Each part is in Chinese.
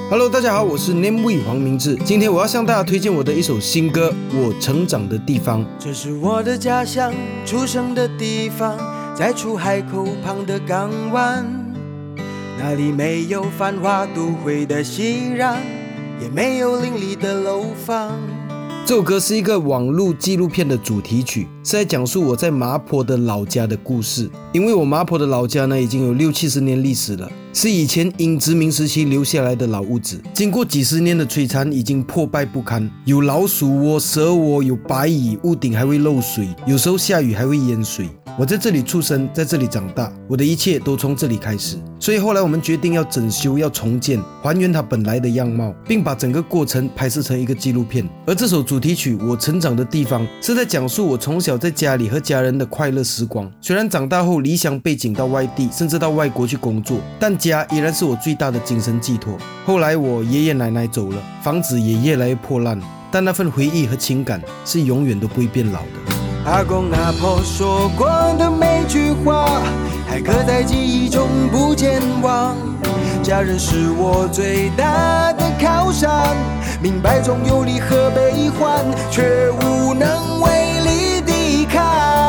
Hello， 大家好，我是 Namewee 黄明志。今天我要向大家推荐我的一首新歌《我成长的地方》。 这是我的家乡，出生的地方，在出海口旁的港湾，那里没有繁华都会的熙攘，也没有林立的楼房。 这首歌是一个网络纪录片的主题曲，是在讲述我在麻坡的老家的故事。因为我麻坡的老家呢，已经有60-70年历史了，是以前英殖民时期留下来的老屋子，经过几十年的摧残，已经破败不堪，有老鼠窝、蛇窝，有白蚁，屋顶还会漏水，有时候下雨还会淹水。我在这里出生，在这里长大，我的一切都从这里开始。所以后来我们决定要整修，要重建，还原它本来的样貌，并把整个过程拍摄成一个纪录片。而这首主题曲《我成长的地方》是在讲述我从小在家里和家人的快乐时光。虽然长大后离乡背井到外地，甚至到外国去工作，但家依然是我最大的精神寄托。后来我爷爷奶奶走了，房子也越来越破烂，但那份回忆和情感是永远都不会变老的。 阿公阿婆说过的每句话，还刻在记忆中不见忘。家人是我最大的靠山，明白总有利和悲欢，却无能为力抵抗。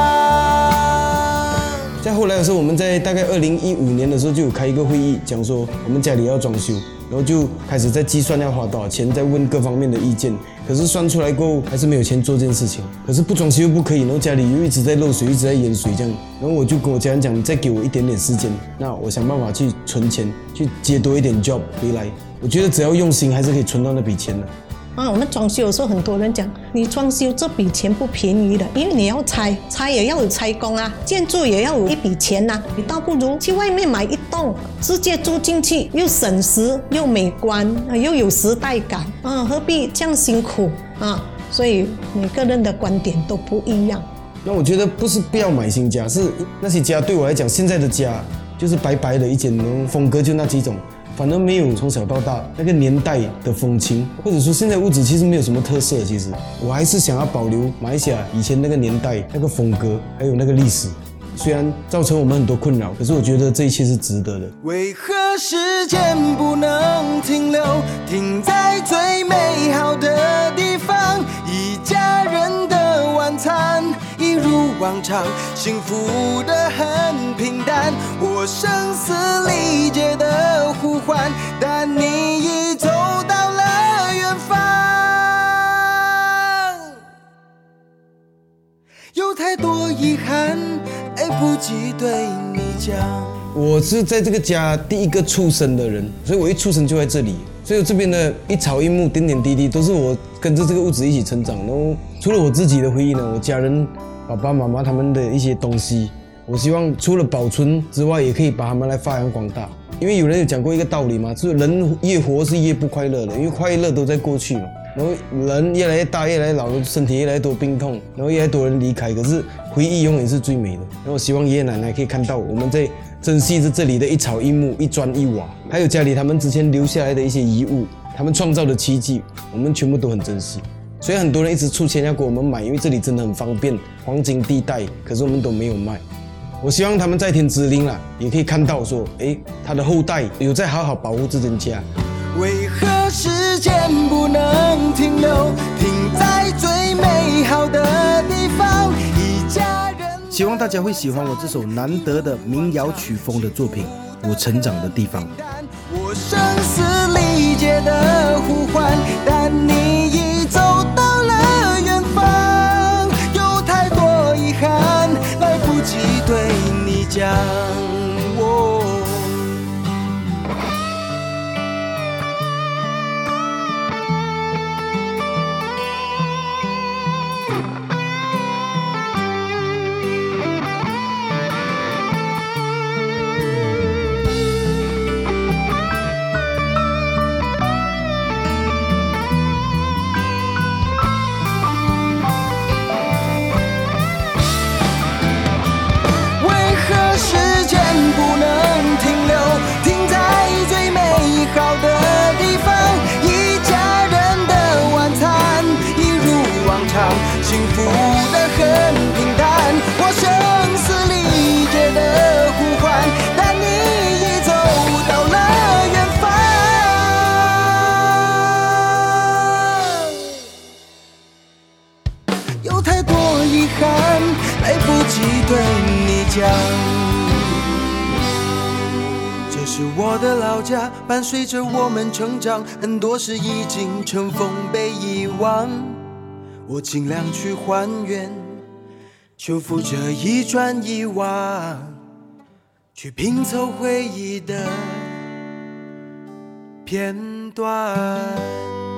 在后来的时候，我们在大概2015年的时候就有开一个会议，讲说我们家里要装修，然后就开始在计算要花多少钱，在问各方面的意见。可是算出来过后，还是没有钱做这件事情。可是不装修又不可以，然后家里又一直在漏水，一直在淹水这样。然后我就跟我家人讲，你再给我一点点时间，那我想办法去存钱，去接多一点 job 回来。我觉得只要用心，还是可以存到那笔钱的。 我们装修的时候，很多人讲你装修这笔钱不便宜的，因为你要拆也要有拆工啊，建筑也要有一笔钱啊，你倒不如去外面买一栋，直接住进去，又省时又美观，又有时代感，何必这样辛苦啊？所以每个人的观点都不一样。 那我觉得不是不要买新家，是那些家对我来讲，现在的家就是白白的一间，风格就那几种。反而没有从小到大那个年代的风情，或者说现在屋子其实没有什么特色。其实我还是想要保留马来西亚以前那个年代那个风格，还有那个历史。虽然造成我们很多困扰，可是我觉得这一切是值得的。 为何时间不能停留，停在最美好的地方？一家人的晚餐一如往常，幸福的很平淡。我声嘶力竭的呼唤，但你已走到了远方。有太多遗憾，来不及对你讲。 我是在这个家第一个出生的人，所以我一出生就在这里，所以这边的一草一木、点点滴滴都是我跟着这个屋子一起成长。然后除了我自己的回忆呢，我家人、爸爸妈妈他们的一些东西，我希望除了保存之外，也可以把他们来发扬光大。因为有人有讲过一个道理嘛，就是人越活是越不快乐的，因为快乐都在过去嘛。然后人越来越大，越来越老，身体越来越多病痛，然后越来越多人离开，可是回忆永远是最美的。然后我希望爷爷奶奶可以看到我们在珍惜着这里的一草一木、一砖一瓦，还有家里他们之前留下来的一些遗物，他们创造的奇迹，我们全部都很珍惜。所以很多人一直出钱要给我们买，因为这里真的很方便，黄金地带，可是我们都没有卖。我希望他们在天之灵啦，也可以看到说，他的后代有在好好保护这间家。 为何时间不能停留，停在最美好的地方？一家人。 希望大家会喜欢我这首难得的民谣曲风的作品《我成长的地方》。 我声嘶力竭的呼唤，但你已走到了远方。有太多遗憾，来不及对你讲。 乡。这是我的老家，伴随着我们成长，很多事已经尘封被遗忘。我尽量去还原，修复这一砖一瓦，去拼凑回忆的片段。